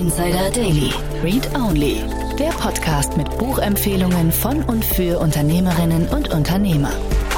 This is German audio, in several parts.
Insider Daily. Read Only. Der Podcast mit Buchempfehlungen von und für Unternehmerinnen und Unternehmer.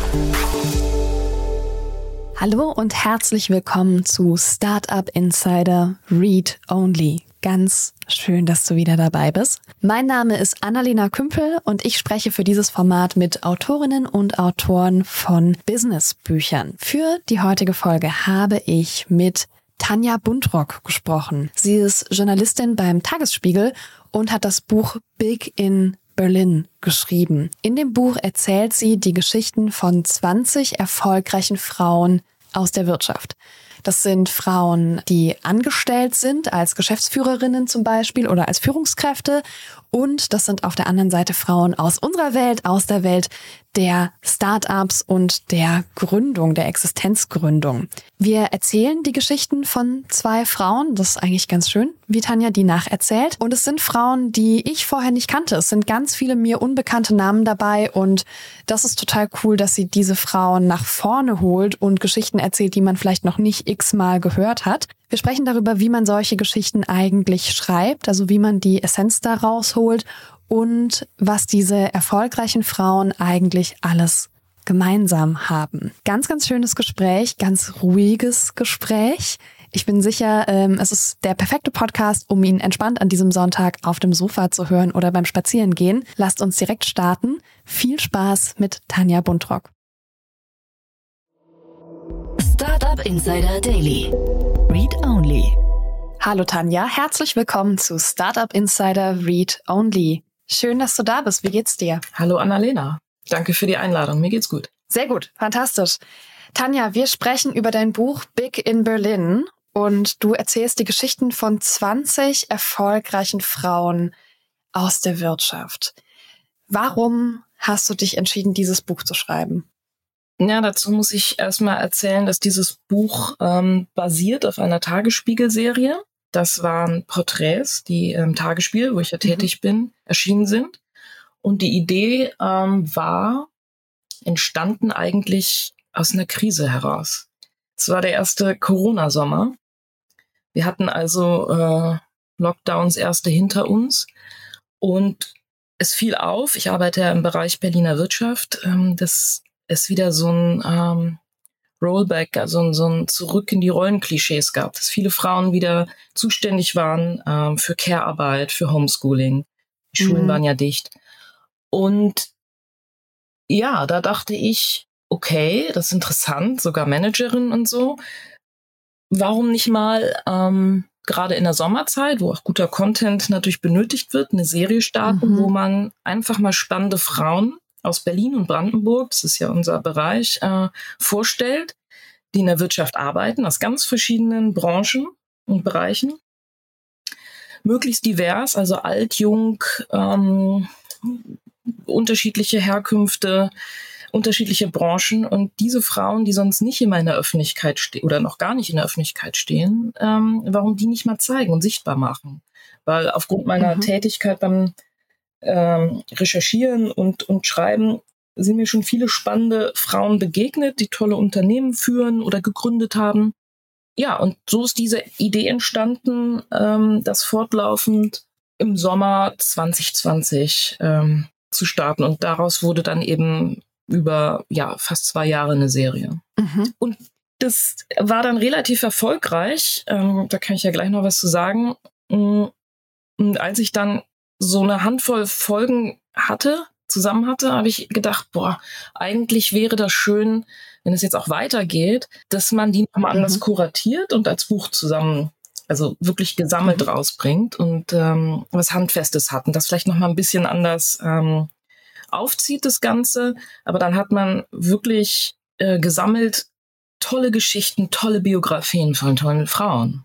Hallo und herzlich willkommen zu Startup Insider Read Only. Ganz schön, dass du wieder dabei bist. Mein Name ist Annalena Kümpel und ich spreche für dieses Format mit Autorinnen und Autoren von Businessbüchern. Für die heutige Folge habe ich mit Tanja Buntrock gesprochen. Sie ist Journalistin beim Tagesspiegel und hat das Buch Big in Berlin geschrieben. In dem Buch erzählt sie die Geschichten von 20 erfolgreichen Frauen aus der Wirtschaft. Das sind Frauen, die angestellt sind, als Geschäftsführerinnen zum Beispiel oder als Führungskräfte. Und das sind auf der anderen Seite Frauen aus unserer Welt, aus der Welt der Startups und der Gründung, der Existenzgründung. Wir erzählen die Geschichten von 2 Frauen. Das ist eigentlich ganz schön, wie Tanja die nacherzählt. Und es sind Frauen, die ich vorher nicht kannte. Es sind ganz viele mir unbekannte Namen dabei. Und das ist total cool, dass sie diese Frauen nach vorne holt und Geschichten erzählt, die man vielleicht noch nicht x-mal gehört hat. Wir sprechen darüber, wie man solche Geschichten eigentlich schreibt, also wie man die Essenz da rausholt und was diese erfolgreichen Frauen eigentlich alles gemeinsam haben. Ganz, ganz schönes Gespräch, ganz ruhiges Gespräch. Ich bin sicher, es ist der perfekte Podcast, um ihn entspannt an diesem Sonntag auf dem Sofa zu hören oder beim Spazierengehen. Lasst uns direkt starten. Viel Spaß mit Tanja Buntrock. Startup Insider Daily. Read Only. Hallo Tanja, herzlich willkommen zu Startup Insider Read Only. Schön, dass du da bist. Wie geht's dir? Hallo Annalena. Danke für die Einladung. Mir geht's gut. Sehr gut, fantastisch. Tanja, wir sprechen über dein Buch Big in Berlin und du erzählst die Geschichten von 20 erfolgreichen Frauen aus der Wirtschaft. Warum hast du dich entschieden, dieses Buch zu schreiben? Ja, dazu muss ich erstmal erzählen, dass dieses Buch basiert auf einer Tagesspiegel-Serie. Das waren Porträts, die im Tagesspiegel, wo ich ja tätig bin, erschienen sind. Und die Idee war entstanden eigentlich aus einer Krise heraus. Es war der erste Corona-Sommer. Wir hatten also Lockdowns erste hinter uns. Und es fiel auf, ich arbeite ja im Bereich Berliner Wirtschaft, dass es wieder so ein Rollback, also so ein Zurück in die Rollenklischees gab, dass viele Frauen wieder zuständig waren für Care-Arbeit, für Homeschooling. Die Schulen waren ja dicht. Und ja, da dachte ich, okay, das ist interessant, sogar Managerin und so. Warum nicht mal gerade in der Sommerzeit, wo auch guter Content natürlich benötigt wird, eine Serie starten, wo man einfach mal spannende Frauen aus Berlin und Brandenburg, das ist ja unser Bereich, vorstellt, die in der Wirtschaft arbeiten, aus ganz verschiedenen Branchen und Bereichen. Möglichst divers, also alt, jung, unterschiedliche Herkünfte, unterschiedliche Branchen. Und diese Frauen, die sonst nicht immer in der Öffentlichkeit stehen oder noch gar nicht in der Öffentlichkeit stehen, warum die nicht mal zeigen und sichtbar machen? Weil aufgrund meiner Tätigkeit beim Recherchieren und Schreiben sind mir schon viele spannende Frauen begegnet, die tolle Unternehmen führen oder gegründet haben. Ja, und so ist diese Idee entstanden, das fortlaufend im Sommer 2020 zu starten. Und daraus wurde dann eben über fast 2 Jahre eine Serie. Und das war dann relativ erfolgreich. Da kann ich ja gleich noch was zu sagen. Und als ich dann so eine Handvoll Folgen zusammen hatte, habe ich gedacht, eigentlich wäre das schön, wenn es jetzt auch weitergeht, dass man die nochmal anders kuratiert und als Buch zusammen, also wirklich gesammelt rausbringt und was Handfestes hat und das vielleicht nochmal ein bisschen anders aufzieht, das Ganze. Aber dann hat man wirklich gesammelt tolle Geschichten, tolle Biografien von tollen Frauen.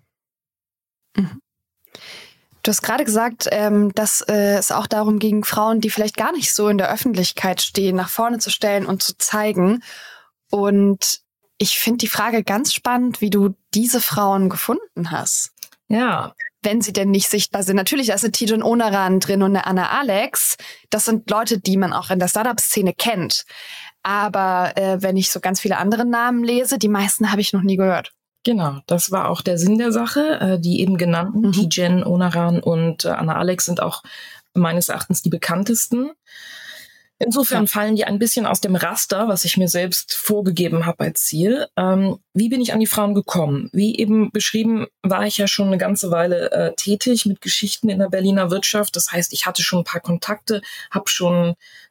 Du hast gerade gesagt, dass es auch darum ging, Frauen, die vielleicht gar nicht so in der Öffentlichkeit stehen, nach vorne zu stellen und zu zeigen. Und ich finde die Frage ganz spannend, wie du diese Frauen gefunden hast. Ja. Wenn sie denn nicht sichtbar sind. Natürlich, da ist eine Tidjane Onaran drin und eine Anna Alex. Das sind Leute, die man auch in der Startup-Szene kennt. Aber wenn ich so ganz viele andere Namen lese, die meisten habe ich noch nie gehört. Genau, das war auch der Sinn der Sache. Die eben genannten, Tijen Onaran und Anna Alex sind auch meines Erachtens die bekanntesten. Insofern fallen die ein bisschen aus dem Raster, was ich mir selbst vorgegeben habe als Ziel. Wie bin ich an die Frauen gekommen? Wie eben beschrieben, war ich ja schon eine ganze Weile tätig mit Geschichten in der Berliner Wirtschaft. Das heißt, ich hatte schon ein paar Kontakte, habe schon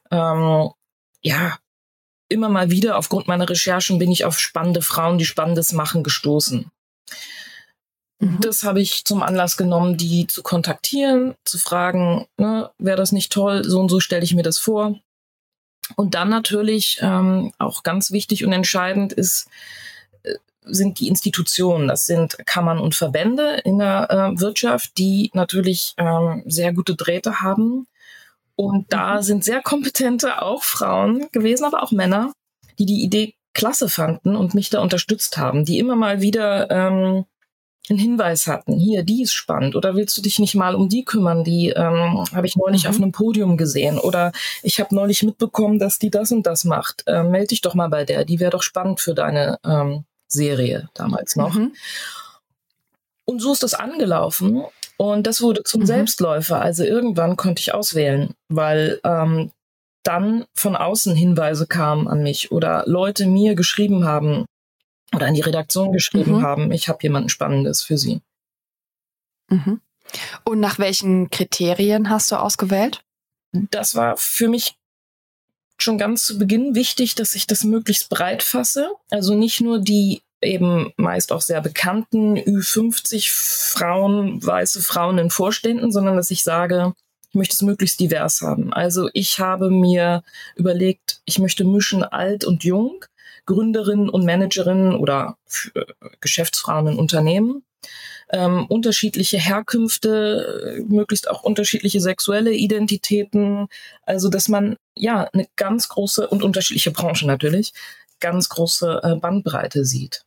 immer mal wieder aufgrund meiner Recherchen bin ich auf spannende Frauen, die Spannendes machen, gestoßen. Das habe ich zum Anlass genommen, die zu kontaktieren, zu fragen, ne, wäre das nicht toll, so und so stelle ich mir das vor. Und dann natürlich auch ganz wichtig und entscheidend sind die Institutionen. Das sind Kammern und Verbände in der Wirtschaft, die natürlich sehr gute Drähte haben. Und da sind sehr kompetente auch Frauen gewesen, aber auch Männer, die die Idee klasse fanden und mich da unterstützt haben, die immer mal wieder einen Hinweis hatten. Hier, die ist spannend. Oder willst du dich nicht mal um die kümmern? Die habe ich neulich auf einem Podium gesehen. Oder ich habe neulich mitbekommen, dass die das und das macht. Meld dich doch mal bei der. Die wäre doch spannend für deine Serie damals noch. Und so ist das angelaufen. Und das wurde zum Selbstläufer. Also irgendwann konnte ich auswählen, weil dann von außen Hinweise kamen an mich oder Leute mir geschrieben haben oder an die Redaktion geschrieben haben, ich habe jemanden Spannendes für sie. Und nach welchen Kriterien hast du ausgewählt? Das war für mich schon ganz zu Beginn wichtig, dass ich das möglichst breit fasse. Also nicht nur die eben meist auch sehr bekannten Ü50 Frauen, weiße Frauen in Vorständen, sondern dass ich sage, ich möchte es möglichst divers haben. Also ich habe mir überlegt, ich möchte mischen alt und jung, Gründerinnen und Managerinnen oder Geschäftsfrauen in Unternehmen, unterschiedliche Herkünfte, möglichst auch unterschiedliche sexuelle Identitäten, also dass man ja eine ganz große und unterschiedliche Branchen natürlich, ganz große Bandbreite sieht.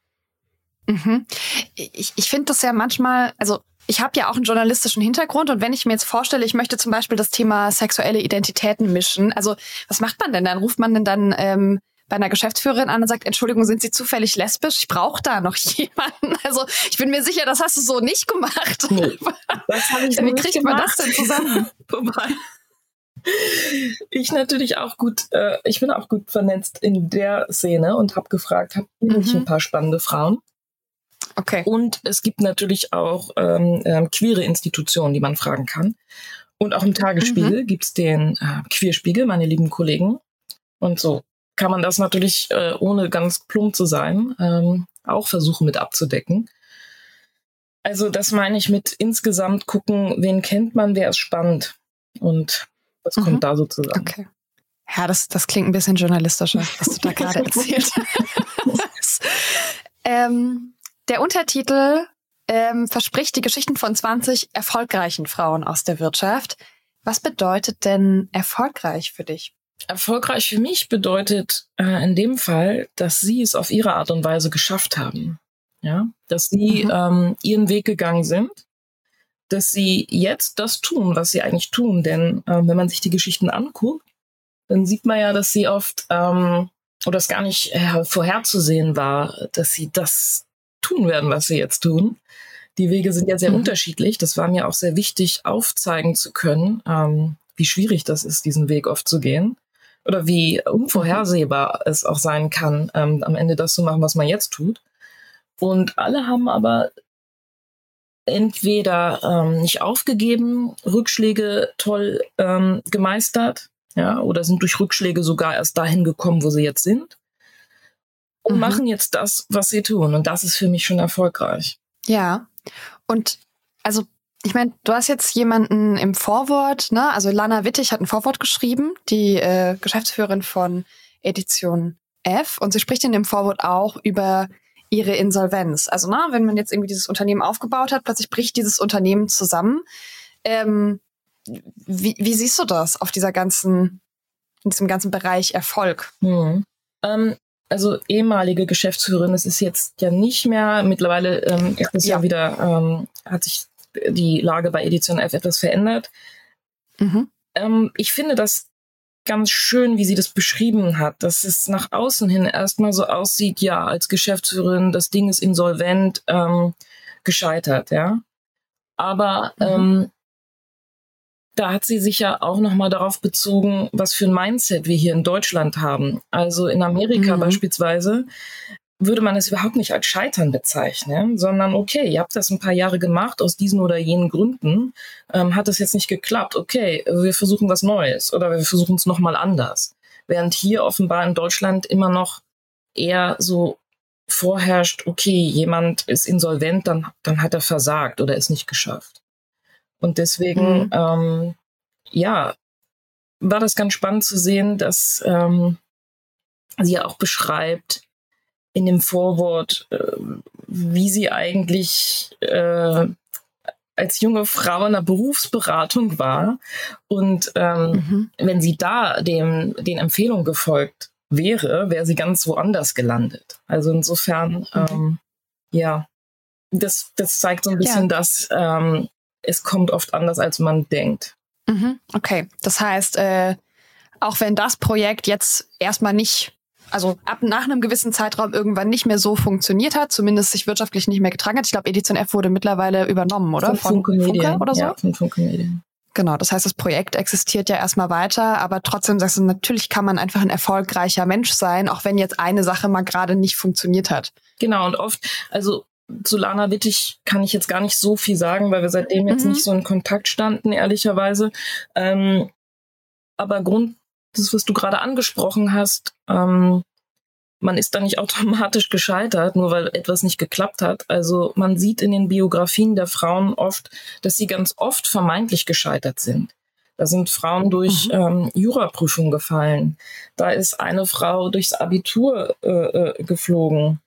Ich finde das ja manchmal, also ich habe ja auch einen journalistischen Hintergrund und wenn ich mir jetzt vorstelle, ich möchte zum Beispiel das Thema sexuelle Identitäten mischen, also was macht man denn dann? Ruft man denn dann bei einer Geschäftsführerin an und sagt, Entschuldigung, sind Sie zufällig lesbisch? Ich brauche da noch jemanden. Also ich bin mir sicher, das hast du so nicht gemacht. Nee, das habe ich so Wie kriegt man das denn zusammen? Wobei ich natürlich auch ich bin auch gut vernetzt in der Szene und habe gefragt, habt ihr nicht ein paar spannende Frauen? Okay. Und es gibt natürlich auch queere Institutionen, die man fragen kann. Und auch im Tagesspiegel gibt es den Queerspiegel, meine lieben Kollegen. Und so kann man das natürlich, ohne ganz plump zu sein, auch versuchen mit abzudecken. Also das meine ich mit insgesamt gucken, wen kennt man, wer ist spannend. Und was kommt da so zusammen. Okay. Ja, das klingt ein bisschen journalistischer, was du da gerade erzählt hast. Der Untertitel verspricht die Geschichten von 20 erfolgreichen Frauen aus der Wirtschaft. Was bedeutet denn erfolgreich für dich? Erfolgreich für mich bedeutet in dem Fall, dass sie es auf ihre Art und Weise geschafft haben. Ja? Dass sie ihren Weg gegangen sind, dass sie jetzt das tun, was sie eigentlich tun. Denn wenn man sich die Geschichten anguckt, dann sieht man ja, dass sie oft, oder es gar nicht vorherzusehen war, dass sie das tun werden, was sie jetzt tun. Die Wege sind ja sehr unterschiedlich. Das war mir auch sehr wichtig, aufzeigen zu können, wie schwierig das ist, diesen Weg oft zu gehen. Oder wie unvorhersehbar es auch sein kann, am Ende das zu machen, was man jetzt tut. Und alle haben aber entweder nicht aufgegeben, Rückschläge toll gemeistert, ja, oder sind durch Rückschläge sogar erst dahin gekommen, wo sie jetzt sind. Und machen jetzt das, was sie tun. Und das ist für mich schon erfolgreich. Ja, und also ich meine, du hast jetzt jemanden im Vorwort, ne? Also Lana Wittig hat ein Vorwort geschrieben, die Geschäftsführerin von Edition F. Und sie spricht in dem Vorwort auch über ihre Insolvenz. Also wenn man jetzt irgendwie dieses Unternehmen aufgebaut hat, plötzlich bricht dieses Unternehmen zusammen. Wie siehst du das in diesem ganzen Bereich Erfolg? Also ehemalige Geschäftsführerin, es ist jetzt ja nicht mehr, mittlerweile ist es ja wieder, hat sich die Lage bei Edition F etwas verändert. Ich finde das ganz schön, wie sie das beschrieben hat, dass es nach außen hin erstmal so aussieht, ja, als Geschäftsführerin, das Ding ist insolvent, gescheitert, ja. Aber da hat sie sich ja auch nochmal darauf bezogen, was für ein Mindset wir hier in Deutschland haben. Also in Amerika beispielsweise würde man es überhaupt nicht als Scheitern bezeichnen, sondern okay, ihr habt das ein paar Jahre gemacht, aus diesen oder jenen Gründen, hat es jetzt nicht geklappt. Okay, wir versuchen was Neues oder wir versuchen es nochmal anders. Während hier offenbar in Deutschland immer noch eher so vorherrscht, okay, jemand ist insolvent, dann hat er versagt oder ist nicht geschafft. Und deswegen, war das ganz spannend zu sehen, dass sie ja auch beschreibt in dem Vorwort, wie sie eigentlich als junge Frau in der Berufsberatung war. Und wenn sie da den Empfehlungen gefolgt wäre sie ganz woanders gelandet. Also insofern, das zeigt so ein bisschen, dass es kommt oft anders, als man denkt. Okay, das heißt, auch wenn das Projekt jetzt erstmal nicht, also nach einem gewissen Zeitraum irgendwann nicht mehr so funktioniert hat, zumindest sich wirtschaftlich nicht mehr getragen hat. Ich glaube, Edition F wurde mittlerweile übernommen, oder? Von Funke oder so? Ja, von Funke Medien. Genau, das heißt, das Projekt existiert ja erstmal weiter, aber trotzdem sagst du, natürlich kann man einfach ein erfolgreicher Mensch sein, auch wenn jetzt eine Sache mal gerade nicht funktioniert hat. Genau, und oft, also zu Lana Wittig kann ich jetzt gar nicht so viel sagen, weil wir seitdem jetzt nicht so in Kontakt standen, ehrlicherweise. Aber das, was du gerade angesprochen hast, man ist da nicht automatisch gescheitert, nur weil etwas nicht geklappt hat. Also man sieht in den Biografien der Frauen oft, dass sie ganz oft vermeintlich gescheitert sind. Da sind Frauen durch Juraprüfungen gefallen. Da ist eine Frau durchs Abitur geflogen.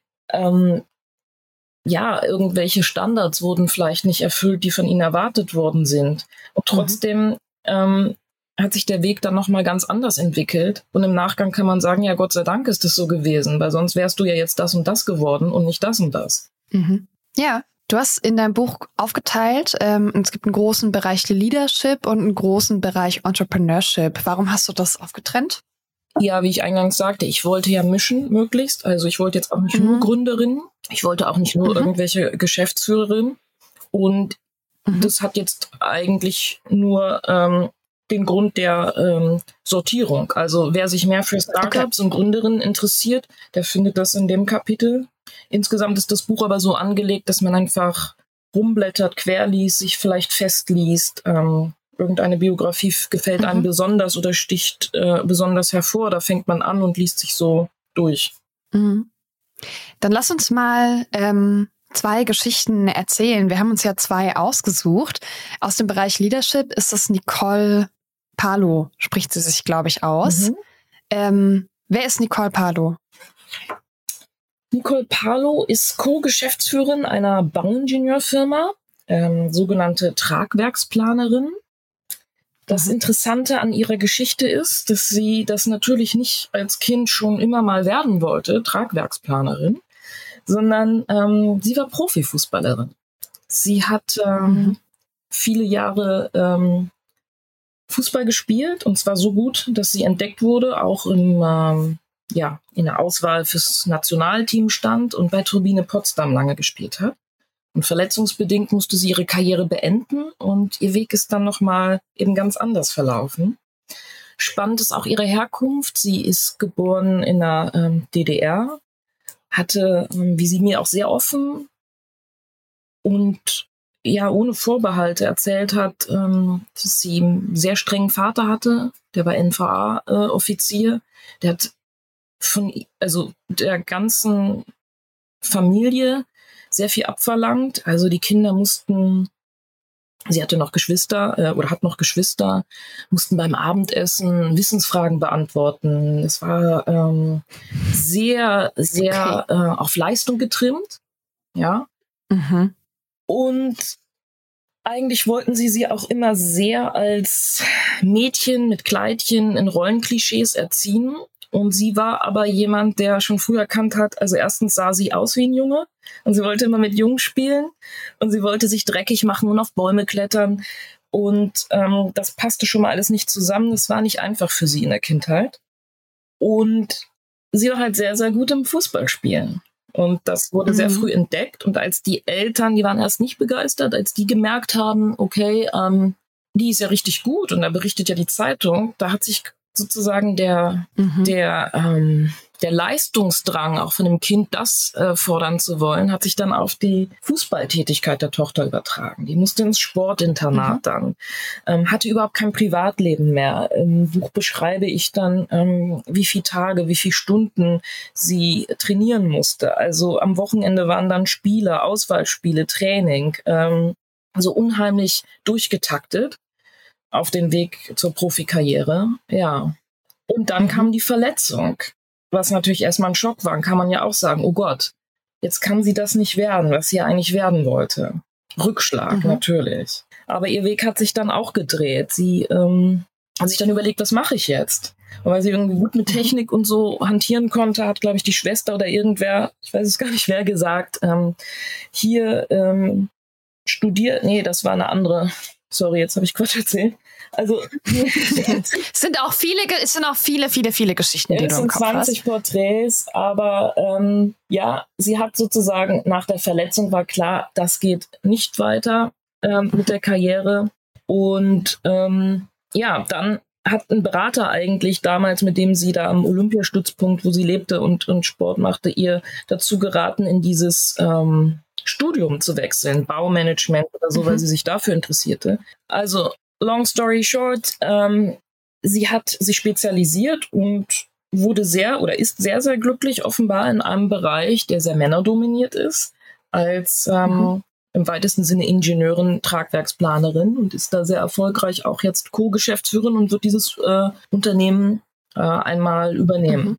Irgendwelche Standards wurden vielleicht nicht erfüllt, die von ihnen erwartet worden sind. Und trotzdem hat sich der Weg dann nochmal ganz anders entwickelt. Und im Nachgang kann man sagen, ja, Gott sei Dank ist es so gewesen, weil sonst wärst du ja jetzt das und das geworden und nicht das und das. Ja, du hast in deinem Buch aufgeteilt, es gibt einen großen Bereich Leadership und einen großen Bereich Entrepreneurship. Warum hast du das aufgetrennt? Ja, wie ich eingangs sagte, ich wollte ja mischen möglichst. Also ich wollte jetzt auch nicht nur Gründerin, ich wollte auch nicht nur irgendwelche Geschäftsführerin. Und das hat jetzt eigentlich nur den Grund der Sortierung. Also wer sich mehr für Startups und Gründerinnen interessiert, der findet das in dem Kapitel. Insgesamt ist das Buch aber so angelegt, dass man einfach rumblättert, querliest, sich vielleicht festliest. Irgendeine Biografie gefällt einem besonders oder sticht besonders hervor. Da fängt man an und liest sich so durch. Dann lass uns mal 2 Geschichten erzählen. Wir haben uns ja 2 ausgesucht. Aus dem Bereich Leadership ist das Nicole Palo, spricht sie sich, glaube ich, aus. Wer ist Nicole Palo? Nicole Palo ist Co-Geschäftsführerin einer Bauingenieurfirma, sogenannte Tragwerksplanerin. Das Interessante an ihrer Geschichte ist, dass sie das natürlich nicht als Kind schon immer mal werden wollte, Tragwerksplanerin, sondern sie war Profifußballerin. Sie hat viele Jahre Fußball gespielt und zwar so gut, dass sie entdeckt wurde, auch in der Auswahl fürs Nationalteam stand und bei Turbine Potsdam lange gespielt hat. Und verletzungsbedingt musste sie ihre Karriere beenden und ihr Weg ist dann nochmal eben ganz anders verlaufen. Spannend ist auch ihre Herkunft. Sie ist geboren in der DDR, hatte, wie sie mir auch sehr offen und ohne Vorbehalte erzählt hat, dass sie einen sehr strengen Vater hatte, der war NVA-Offizier. Der hat von der ganzen Familie sehr viel abverlangt. Also die Kinder sie hatte noch Geschwister oder hat noch Geschwister, mussten beim Abendessen Wissensfragen beantworten. Es war sehr, sehr auf Leistung getrimmt. Ja. Und eigentlich wollten sie auch immer sehr als Mädchen mit Kleidchen in Rollenklischees erziehen. Und sie war aber jemand, der schon früh erkannt hat, also erstens sah sie aus wie ein Junge und sie wollte immer mit Jungen spielen und sie wollte sich dreckig machen und auf Bäume klettern. Und das passte schon mal alles nicht zusammen. Das war nicht einfach für sie in der Kindheit. Und sie war halt sehr, sehr gut im Fußballspielen. Und das wurde sehr früh entdeckt. Und als die Eltern, die waren erst nicht begeistert, als die gemerkt haben, okay, die ist ja richtig gut und da berichtet ja die Zeitung, da hat sich sozusagen der Leistungsdrang auch von dem Kind, das fordern zu wollen, hat sich dann auf die Fußballtätigkeit der Tochter übertragen. Die musste ins Sportinternat dann, hatte überhaupt kein Privatleben mehr. Im Buch beschreibe ich dann, wie viele Tage, wie viele Stunden sie trainieren musste. Also am Wochenende waren dann Spiele, Auswahlspiele, Training, also unheimlich durchgetaktet auf den Weg zur Profikarriere. Ja. Und dann kam die Verletzung, was natürlich erstmal ein Schock war. Kann man ja auch sagen, oh Gott, jetzt kann sie das nicht werden, was sie ja eigentlich werden wollte. Rückschlag, natürlich. Aber ihr Weg hat sich dann auch gedreht. Sie hat sich dann überlegt, was mache ich jetzt? Und weil sie irgendwie gut mit Technik und so hantieren konnte, hat, glaube ich, die Schwester oder irgendwer, ich weiß es gar nicht wer, gesagt, studiert, nee, das war eine andere. Sorry, jetzt habe ich Quatsch erzählt. Also es sind auch viele Geschichten, ja, die du im Kopf hast. Es sind 20 Porträts, aber sie hat sozusagen nach der Verletzung war klar, das geht nicht weiter mit der Karriere. Und dann hat ein Berater eigentlich damals, mit dem sie da am Olympiastützpunkt, wo sie lebte und Sport machte, ihr dazu geraten, in dieses Studium zu wechseln, Baumanagement oder so, weil sie sich dafür interessierte. Also, long story short, sie hat sich spezialisiert und ist sehr, sehr glücklich offenbar in einem Bereich, der sehr männerdominiert ist, als im weitesten Sinne Ingenieurin, Tragwerksplanerin und ist da sehr erfolgreich auch jetzt Co-Geschäftsführerin und wird dieses Unternehmen einmal übernehmen.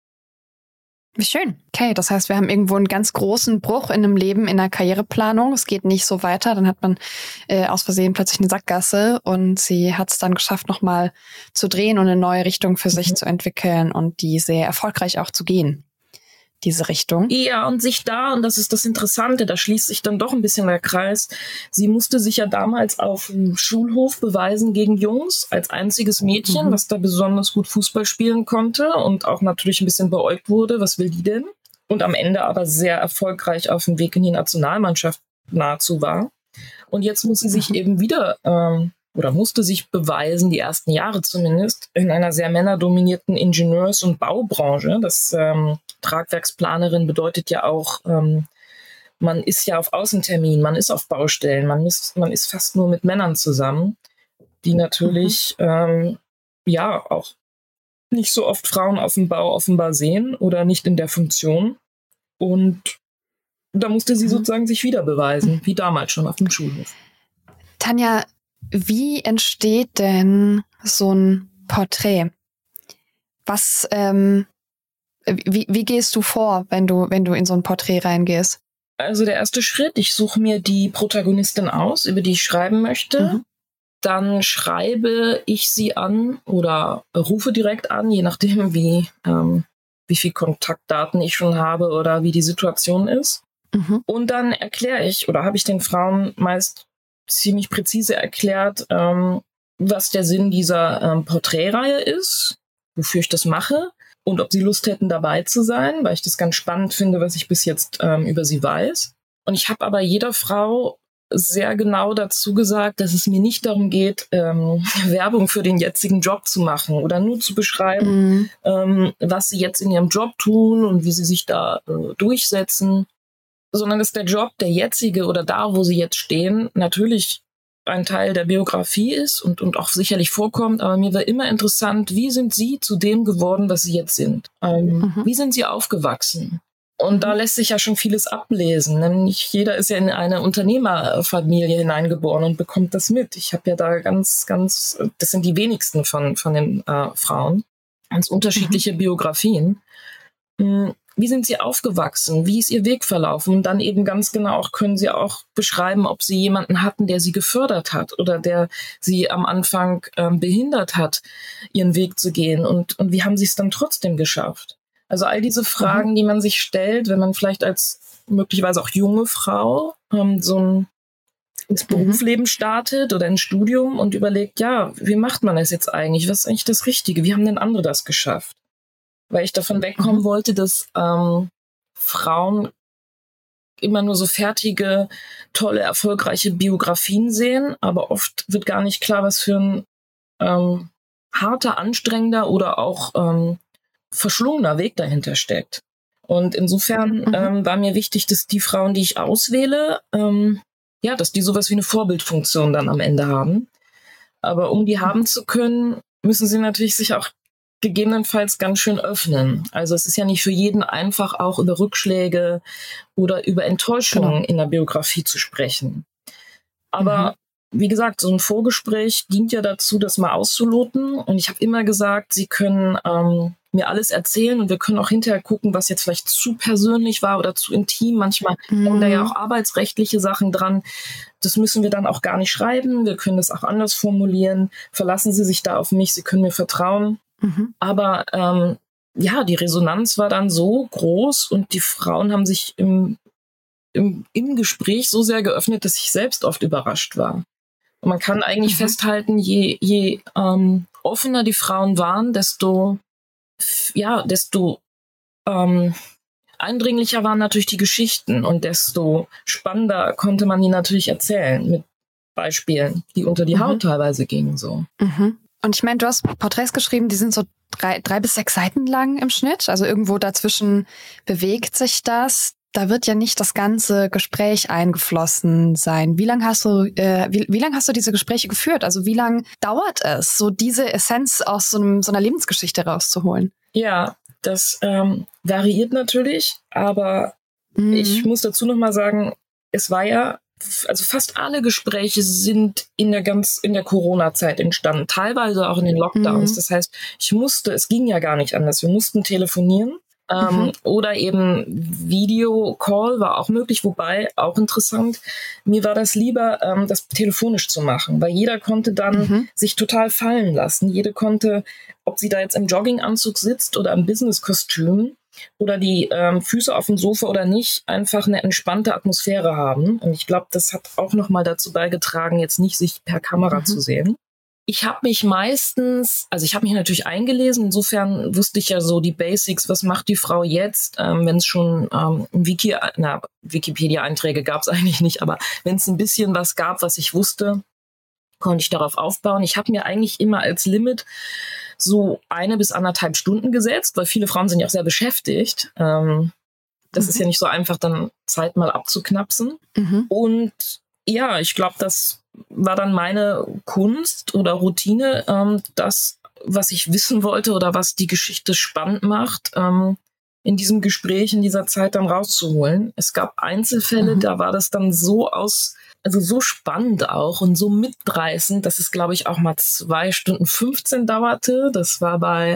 Wie schön. Okay, das heißt, wir haben irgendwo einen ganz großen Bruch in einem Leben, in der Karriereplanung. Es geht nicht so weiter. Dann hat man aus Versehen plötzlich eine Sackgasse und sie hat es dann geschafft, nochmal zu drehen und eine neue Richtung für sich zu entwickeln und die sehr erfolgreich auch zu gehen, diese Richtung. Ja, und und das ist das Interessante, da schließt sich dann doch ein bisschen der Kreis. Sie musste sich ja damals auf dem Schulhof beweisen gegen Jungs als einziges Mädchen, was da besonders gut Fußball spielen konnte und auch natürlich ein bisschen beäugt wurde. Was will die denn? Und am Ende aber sehr erfolgreich auf dem Weg in die Nationalmannschaft nahezu war. Und jetzt muss sie sich eben wieder musste sich beweisen, die ersten Jahre zumindest, in einer sehr männerdominierten Ingenieurs- und Baubranche. Das Tragwerksplanerin bedeutet ja auch, man ist ja auf Außentermin, man ist auf Baustellen, man ist fast nur mit Männern zusammen, die natürlich auch nicht so oft Frauen auf dem Bau offenbar sehen oder nicht in der Funktion. Und da musste sie sozusagen sich wieder beweisen, wie damals schon auf dem Schulhof. Tanja, wie entsteht denn so ein Porträt? Was, wie gehst du vor, wenn du in so ein Porträt reingehst? Also der erste Schritt, ich suche mir die Protagonistin aus, über die ich schreiben möchte. Dann schreibe ich sie an oder rufe direkt an, je nachdem, wie viel Kontaktdaten ich schon habe oder wie die Situation ist. Und dann erkläre ich oder habe ich den Frauen meist ziemlich präzise erklärt, was der Sinn dieser Porträtreihe ist, wofür ich das mache und ob sie Lust hätten, dabei zu sein, weil ich das ganz spannend finde, was ich bis jetzt über sie weiß. Und ich habe aber jeder Frau sehr genau dazu gesagt, dass es mir nicht darum geht, Werbung für den jetzigen Job zu machen oder nur zu beschreiben, was sie jetzt in ihrem Job tun und wie sie sich da durchsetzen, sondern dass der Job, der jetzige oder da, wo sie jetzt stehen, natürlich ein Teil der Biografie ist und auch sicherlich vorkommt. Aber mir war immer interessant, wie sind sie zu dem geworden, was sie jetzt sind? Wie sind sie aufgewachsen? Und da lässt sich ja schon vieles ablesen. Nämlich jeder ist ja in eine Unternehmerfamilie hineingeboren und bekommt das mit. Ich habe ja da das sind die wenigsten von den Frauen, ganz unterschiedliche Biografien. Wie sind sie aufgewachsen? Wie ist ihr Weg verlaufen? Und dann eben ganz genau auch können sie auch beschreiben, ob sie jemanden hatten, der sie gefördert hat oder der sie am Anfang behindert hat, ihren Weg zu gehen. Und wie haben sie es dann trotzdem geschafft? Also all diese Fragen, die man sich stellt, wenn man vielleicht als möglicherweise auch junge Frau so ein ins Berufsleben startet oder ins Studium und überlegt, ja, wie macht man das jetzt eigentlich? Was ist eigentlich das Richtige? Wie haben denn andere das geschafft? Weil ich davon wegkommen wollte, dass Frauen immer nur so fertige, tolle, erfolgreiche Biografien sehen, aber oft wird gar nicht klar, was für ein harter, anstrengender oder auch verschlungener Weg dahinter steckt. Und insofern war mir wichtig, dass die Frauen, die ich auswähle, dass die sowas wie eine Vorbildfunktion dann am Ende haben. Aber um die haben zu können, müssen sie natürlich sich auch gegebenenfalls ganz schön öffnen. Also es ist ja nicht für jeden einfach, auch über Rückschläge oder über Enttäuschungen in der Biografie zu sprechen. Aber wie gesagt, so ein Vorgespräch dient ja dazu, das mal auszuloten. Und ich habe immer gesagt, sie können mir alles erzählen und wir können auch hinterher gucken, was jetzt vielleicht zu persönlich war oder zu intim. Manchmal hängen da ja auch arbeitsrechtliche Sachen dran. Das müssen wir dann auch gar nicht schreiben. Wir können das auch anders formulieren. Verlassen Sie sich da auf mich, Sie können mir vertrauen. Aber die Resonanz war dann so groß und die Frauen haben sich im Gespräch so sehr geöffnet, dass ich selbst oft überrascht war. Und man kann eigentlich festhalten, je offener die Frauen waren, desto eindringlicher waren natürlich die Geschichten und desto spannender konnte man die natürlich erzählen mit Beispielen, die unter die Haut teilweise gingen. So. Und ich meine, du hast Porträts geschrieben, die sind so 3 bis 6 Seiten lang im Schnitt. Also irgendwo dazwischen bewegt sich das. Da wird ja nicht das ganze Gespräch eingeflossen sein. Wie lange hast du diese Gespräche geführt? Also wie lange dauert es, so diese Essenz aus so einer Lebensgeschichte rauszuholen? Ja, das variiert natürlich, aber ich muss dazu noch mal sagen, es war ja, also fast alle Gespräche sind in der Corona-Zeit entstanden, teilweise auch in den Lockdowns. Das heißt, es ging ja gar nicht anders. Wir mussten telefonieren. Oder eben Videocall war auch möglich, wobei auch interessant, mir war das lieber, das telefonisch zu machen, weil jeder konnte dann sich total fallen lassen. Jede konnte, ob sie da jetzt im Jogginganzug sitzt oder im Businesskostüm oder die Füße auf dem Sofa oder nicht, einfach eine entspannte Atmosphäre haben. Und ich glaube, das hat auch nochmal dazu beigetragen, jetzt nicht sich per Kamera zu sehen. Ich habe mich natürlich eingelesen, insofern wusste ich ja so die Basics, was macht die Frau jetzt, wenn es schon Wikipedia-Einträge gab es eigentlich nicht, aber wenn es ein bisschen was gab, was ich wusste, konnte ich darauf aufbauen. Ich habe mir eigentlich immer als Limit so 1 bis 1,5 Stunden gesetzt, weil viele Frauen sind ja auch sehr beschäftigt. Das ist ja nicht so einfach, dann Zeit mal abzuknapsen. Und ja, ich glaube, das war dann meine Kunst oder Routine, das, was ich wissen wollte oder was die Geschichte spannend macht, in diesem Gespräch, in dieser Zeit dann rauszuholen. Es gab Einzelfälle, da war das dann so spannend auch und so mitreißend, dass es, glaube ich, auch mal 2 Stunden 15 dauerte. Das war bei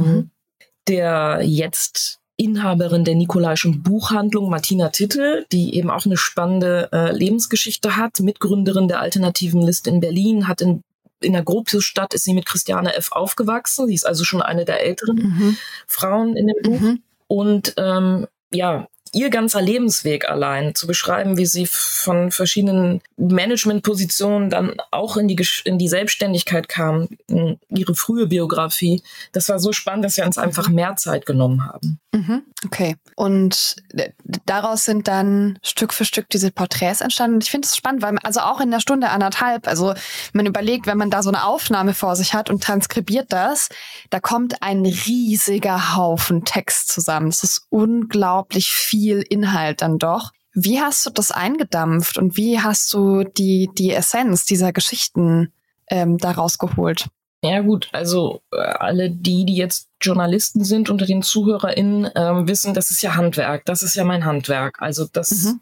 der jetzt Inhaberin der Nikolaischen Buchhandlung, Martina Tittel, die eben auch eine spannende Lebensgeschichte hat, Mitgründerin der Alternativen Liste in Berlin, hat in der Gropiusstadt ist sie mit Christiane F. aufgewachsen. Sie ist also schon eine der älteren Frauen in dem Buch. Und ihr ganzer Lebensweg allein zu beschreiben, wie sie von verschiedenen Managementpositionen dann auch in die Selbstständigkeit kam, ihre frühe Biografie, das war so spannend, dass wir uns einfach mehr Zeit genommen haben. Okay. Und daraus sind dann Stück für Stück diese Porträts entstanden. Und ich finde es spannend, weil also auch in der Stunde 1,5, also man überlegt, wenn man da so eine Aufnahme vor sich hat und transkribiert das, da kommt ein riesiger Haufen Text zusammen. Es ist unglaublich viel Inhalt dann doch. Wie hast du das eingedampft und wie hast du die Essenz dieser Geschichten daraus geholt? Ja gut, also alle die jetzt Journalisten sind unter den ZuhörerInnen, wissen, das ist ja Handwerk. Das ist ja mein Handwerk. Also das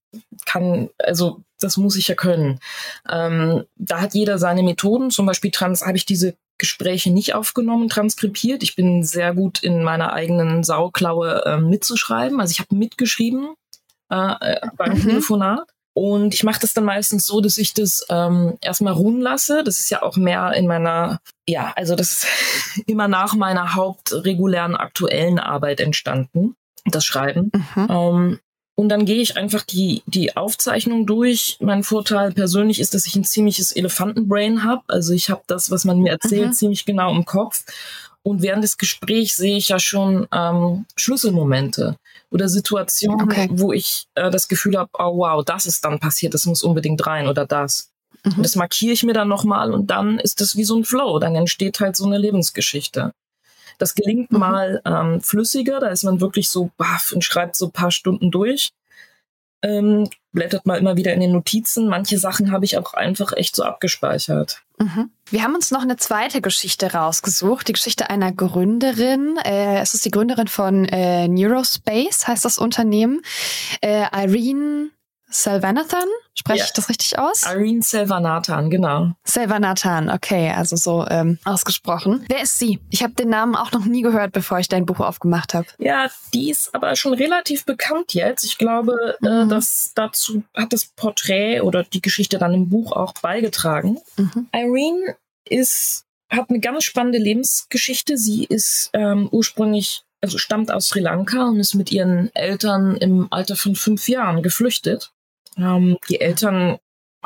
das muss ich ja können. Da hat jeder seine Methoden. Zum Beispiel habe ich diese Gespräche nicht aufgenommen, transkribiert. Ich bin sehr gut in meiner eigenen Sauklaue mitzuschreiben. Also ich habe mitgeschrieben beim Telefonat. Und ich mache das dann meistens so, dass ich das erstmal ruhen lasse. Das ist ja auch mehr in meiner, das ist immer nach meiner hauptregulären aktuellen Arbeit entstanden, das Schreiben. Und dann gehe ich einfach die Aufzeichnung durch. Mein Vorteil persönlich ist, dass ich ein ziemliches Elefantenbrain habe. Also ich habe das, was man mir erzählt, ziemlich genau im Kopf. Und während des Gesprächs sehe ich ja schon Schlüsselmomente oder Situationen, wo ich das Gefühl habe, oh wow, das ist dann passiert, das muss unbedingt rein oder das. Und das markiere ich mir dann nochmal und dann ist das wie so ein Flow. Dann entsteht halt so eine Lebensgeschichte. Das gelingt mal flüssiger, da ist man wirklich so baff und schreibt so ein paar Stunden durch. Blättert mal immer wieder in den Notizen. Manche Sachen habe ich auch einfach echt so abgespeichert. Wir haben uns noch eine zweite Geschichte rausgesucht, die Geschichte einer Gründerin. Es ist die Gründerin von Neurospace, heißt das Unternehmen. Irene Selvanathan, spreche ich das richtig aus? Irene Selvanathan, genau. Selvanathan, okay, also so ausgesprochen. Wer ist sie? Ich habe den Namen auch noch nie gehört, bevor ich dein Buch aufgemacht habe. Ja, die ist aber schon relativ bekannt jetzt. Ich glaube, dass dazu hat das Porträt oder die Geschichte dann im Buch auch beigetragen. Irene hat eine ganz spannende Lebensgeschichte. Sie ist ursprünglich, also stammt aus Sri Lanka und ist mit ihren Eltern im Alter von 5 Jahren geflüchtet. Die Eltern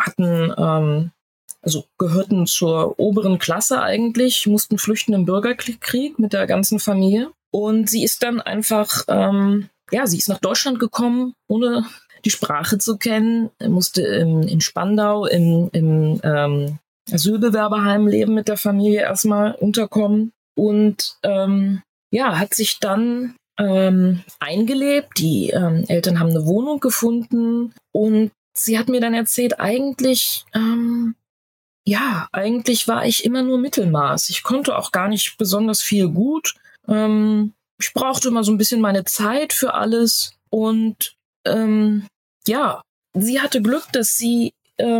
gehörten zur oberen Klasse eigentlich, mussten flüchten im Bürgerkrieg mit der ganzen Familie. Und sie ist dann einfach, sie ist nach Deutschland gekommen, ohne die Sprache zu kennen. Er musste in Spandau im Asylbewerberheim leben mit der Familie erstmal unterkommen. Und hat sich dann eingelebt. Die Eltern haben eine Wohnung gefunden und sie hat mir dann erzählt, eigentlich war ich immer nur Mittelmaß. Ich konnte auch gar nicht besonders viel gut. Ich brauchte immer so ein bisschen meine Zeit für alles und sie hatte Glück, dass sie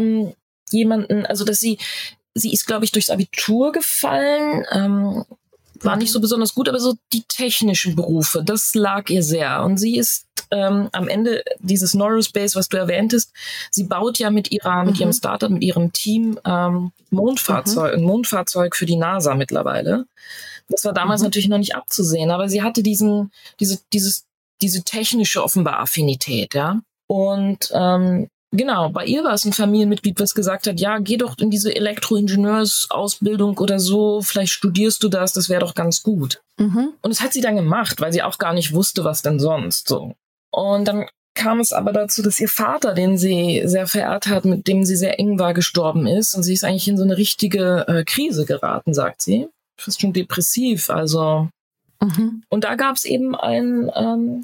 sie ist, glaube ich, durchs Abitur gefallen, war nicht so besonders gut, aber so die technischen Berufe, das lag ihr sehr. Und sie ist am Ende dieses Neurospace, was du erwähntest, sie baut ja mit ihrem Startup, mit ihrem Team ein Mondfahrzeug für die NASA mittlerweile. Das war damals natürlich noch nicht abzusehen, aber sie hatte diese technische offenbar Affinität, ja. Und genau, bei ihr war es ein Familienmitglied, was gesagt hat, ja, geh doch in diese Elektroingenieursausbildung oder so, vielleicht studierst du das wäre doch ganz gut. Und das hat sie dann gemacht, weil sie auch gar nicht wusste, was denn sonst so. Und dann kam es aber dazu, dass ihr Vater, den sie sehr verehrt hat, mit dem sie sehr eng war, gestorben ist. Und sie ist eigentlich in so eine richtige Krise geraten, sagt sie. Fast schon depressiv, also. Und da gab es eben ein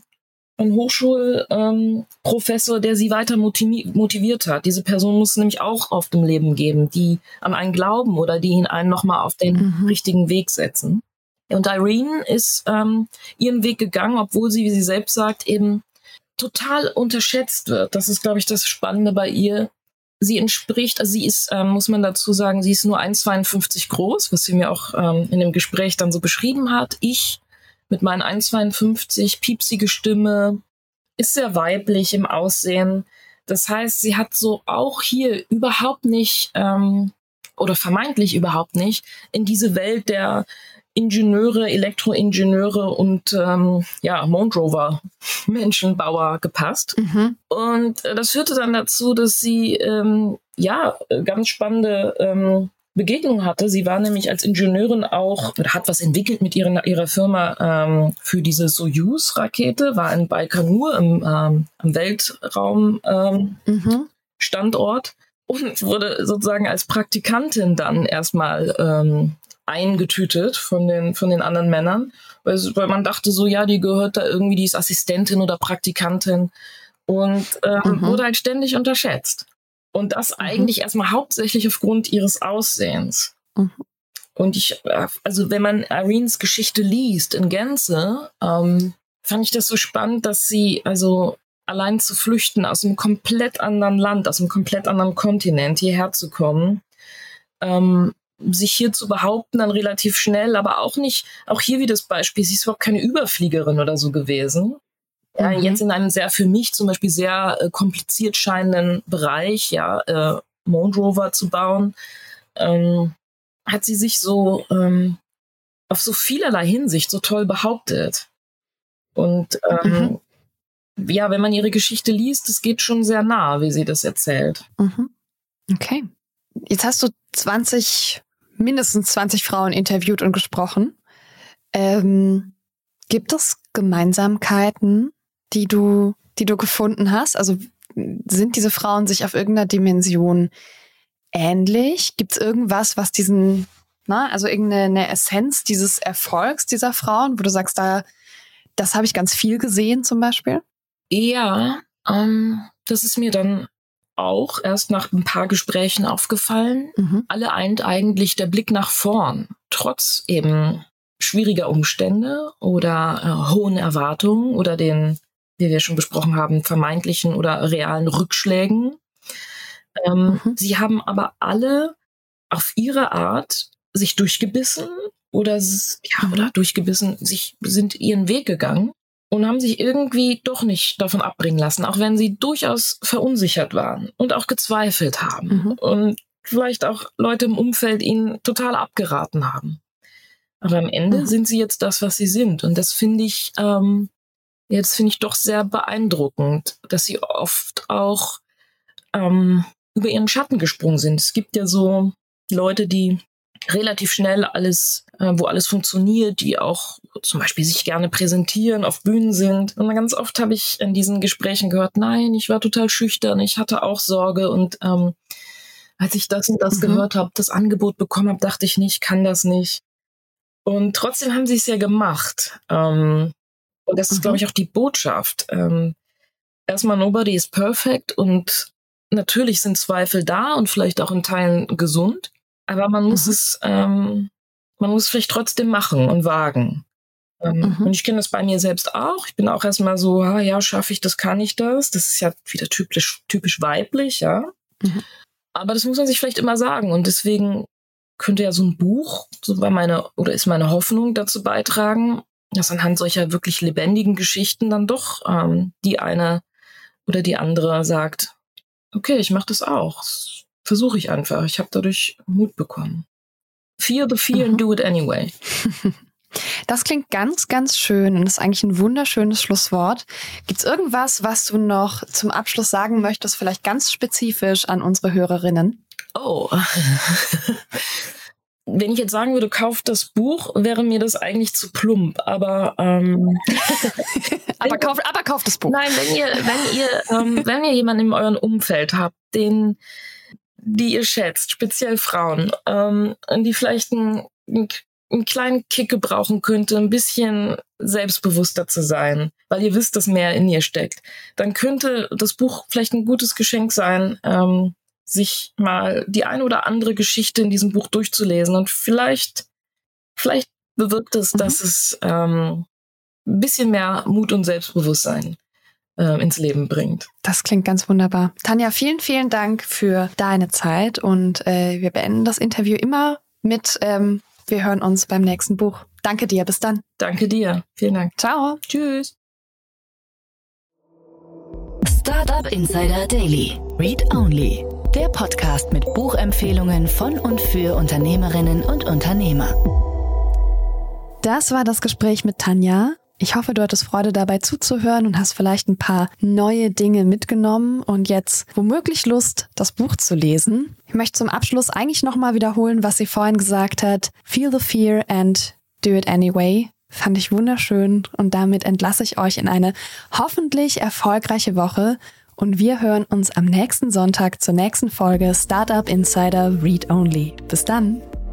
Hochschulprofessor, der sie weiter motiviert hat. Diese Person muss nämlich auch auf dem Leben geben, die an einen glauben oder die ihn einen nochmal auf den richtigen Weg setzen. Und Irene ist ihren Weg gegangen, obwohl sie, wie sie selbst sagt, eben total unterschätzt wird. Das ist, glaube ich, das Spannende bei ihr. Sie entspricht, also sie ist, muss man dazu sagen, sie ist nur 1,52 groß, was sie mir auch in dem Gespräch dann so beschrieben hat. Ich mit meinen 1,52, piepsige Stimme, ist sehr weiblich im Aussehen. Das heißt, sie hat so auch hier überhaupt nicht oder vermeintlich überhaupt nicht in diese Welt der Ingenieure, Elektroingenieure und Mondrover Menschenbauer gepasst. Und das führte dann dazu, dass sie ganz spannende Begegnung hatte. Sie war nämlich als Ingenieurin auch, oder hat was entwickelt mit ihrer Firma für diese Soyuz-Rakete, war in Baikonur am Weltraum Standort und wurde sozusagen als Praktikantin dann erstmal eingetütet von den anderen Männern, weil man dachte so, ja, die gehört da irgendwie, die ist Assistentin oder Praktikantin und wurde halt ständig unterschätzt. Und das eigentlich erstmal hauptsächlich aufgrund ihres Aussehens. Und also wenn man Irenes Geschichte liest in Gänze, fand ich das so spannend, dass sie, also allein zu flüchten aus einem komplett anderen Land, aus einem komplett anderen Kontinent hierher zu kommen, sich hier zu behaupten, dann relativ schnell, aber auch nicht, auch hier wie das Beispiel, sie ist überhaupt keine Überfliegerin oder so gewesen. Ja, jetzt in einem für mich zum Beispiel sehr kompliziert scheinenden Bereich, Mondrover zu bauen, hat sie sich so auf so vielerlei Hinsicht so toll behauptet. Und ja, wenn man ihre Geschichte liest, es geht schon sehr nah, wie sie das erzählt. Mhm. Okay. Jetzt hast du mindestens 20 Frauen interviewt und gesprochen. Gibt es Gemeinsamkeiten, die du gefunden hast? Also sind diese Frauen sich auf irgendeiner Dimension ähnlich? Gibt es irgendwas, was also irgendeine Essenz dieses Erfolgs dieser Frauen, wo du sagst, das habe ich ganz viel gesehen zum Beispiel? Ja, das ist mir dann auch erst nach ein paar Gesprächen aufgefallen. Mhm. Alle eint eigentlich der Blick nach vorn, trotz eben schwieriger Umstände oder hohen Erwartungen oder den, wie wir schon besprochen haben, vermeintlichen oder realen Rückschlägen. Sie haben aber alle auf ihre Art sich durchgebissen oder sind ihren Weg gegangen und haben sich irgendwie doch nicht davon abbringen lassen, auch wenn sie durchaus verunsichert waren und auch gezweifelt haben und vielleicht auch Leute im Umfeld ihnen total abgeraten haben. Aber am Ende sind sie jetzt das, was sie sind. Und das finde ich doch sehr beeindruckend, dass sie oft auch über ihren Schatten gesprungen sind. Es gibt ja so Leute, die relativ schnell wo alles funktioniert, die auch zum Beispiel sich gerne präsentieren, auf Bühnen sind. Und ganz oft habe ich in diesen Gesprächen gehört, nein, ich war total schüchtern, ich hatte auch Sorge. Und als ich das und das gehört habe, das Angebot bekommen habe, dachte ich nicht, kann das nicht. Und trotzdem haben sie es ja gemacht. Und das ist, glaube ich, auch die Botschaft. Erstmal, nobody is perfect. Und natürlich sind Zweifel da und vielleicht auch in Teilen gesund. Aber man muss man muss es vielleicht trotzdem machen und wagen. Und ich kenne das bei mir selbst auch. Ich bin auch erstmal so, schaffe ich das, kann ich das? Das ist ja wieder typisch weiblich, ja. Aber das muss man sich vielleicht immer sagen. Und deswegen könnte ja so ein Buch, ist meine Hoffnung, dazu beitragen, dass anhand solcher wirklich lebendigen Geschichten dann doch die eine oder die andere sagt, okay, ich mache das auch. Das versuche ich einfach. Ich habe dadurch Mut bekommen. Feel the fear and do it anyway. Das klingt ganz, ganz schön und ist eigentlich ein wunderschönes Schlusswort. Gibt es irgendwas, was du noch zum Abschluss sagen möchtest, vielleicht ganz spezifisch an unsere Hörerinnen? Oh. Wenn ich jetzt sagen würde, kauft das Buch, wäre mir das eigentlich zu plump. Aber kauft das Buch. Nein, wenn ihr jemanden in eurem Umfeld habt, die ihr schätzt, speziell Frauen, die vielleicht einen kleinen Kick gebrauchen könnte, ein bisschen selbstbewusster zu sein, weil ihr wisst, dass mehr in ihr steckt, dann könnte das Buch vielleicht ein gutes Geschenk sein, sich mal die eine oder andere Geschichte in diesem Buch durchzulesen. Und vielleicht bewirkt es, dass es ein bisschen mehr Mut und Selbstbewusstsein ins Leben bringt. Das klingt ganz wunderbar. Tanja, vielen, vielen Dank für deine Zeit und wir beenden das Interview immer mit wir hören uns beim nächsten Buch. Danke dir, bis dann. Danke dir, vielen Dank. Ciao. Tschüss. Startup Insider Daily. Read Only. Der Podcast mit Buchempfehlungen von und für Unternehmerinnen und Unternehmer. Das war das Gespräch mit Tanja. Ich hoffe, du hattest Freude dabei zuzuhören und hast vielleicht ein paar neue Dinge mitgenommen und jetzt womöglich Lust, das Buch zu lesen. Ich möchte zum Abschluss eigentlich nochmal wiederholen, was sie vorhin gesagt hat. Feel the fear and do it anyway. Fand ich wunderschön und damit entlasse ich euch in eine hoffentlich erfolgreiche Woche und wir hören uns am nächsten Sonntag zur nächsten Folge Startup Insider Read Only. Bis dann!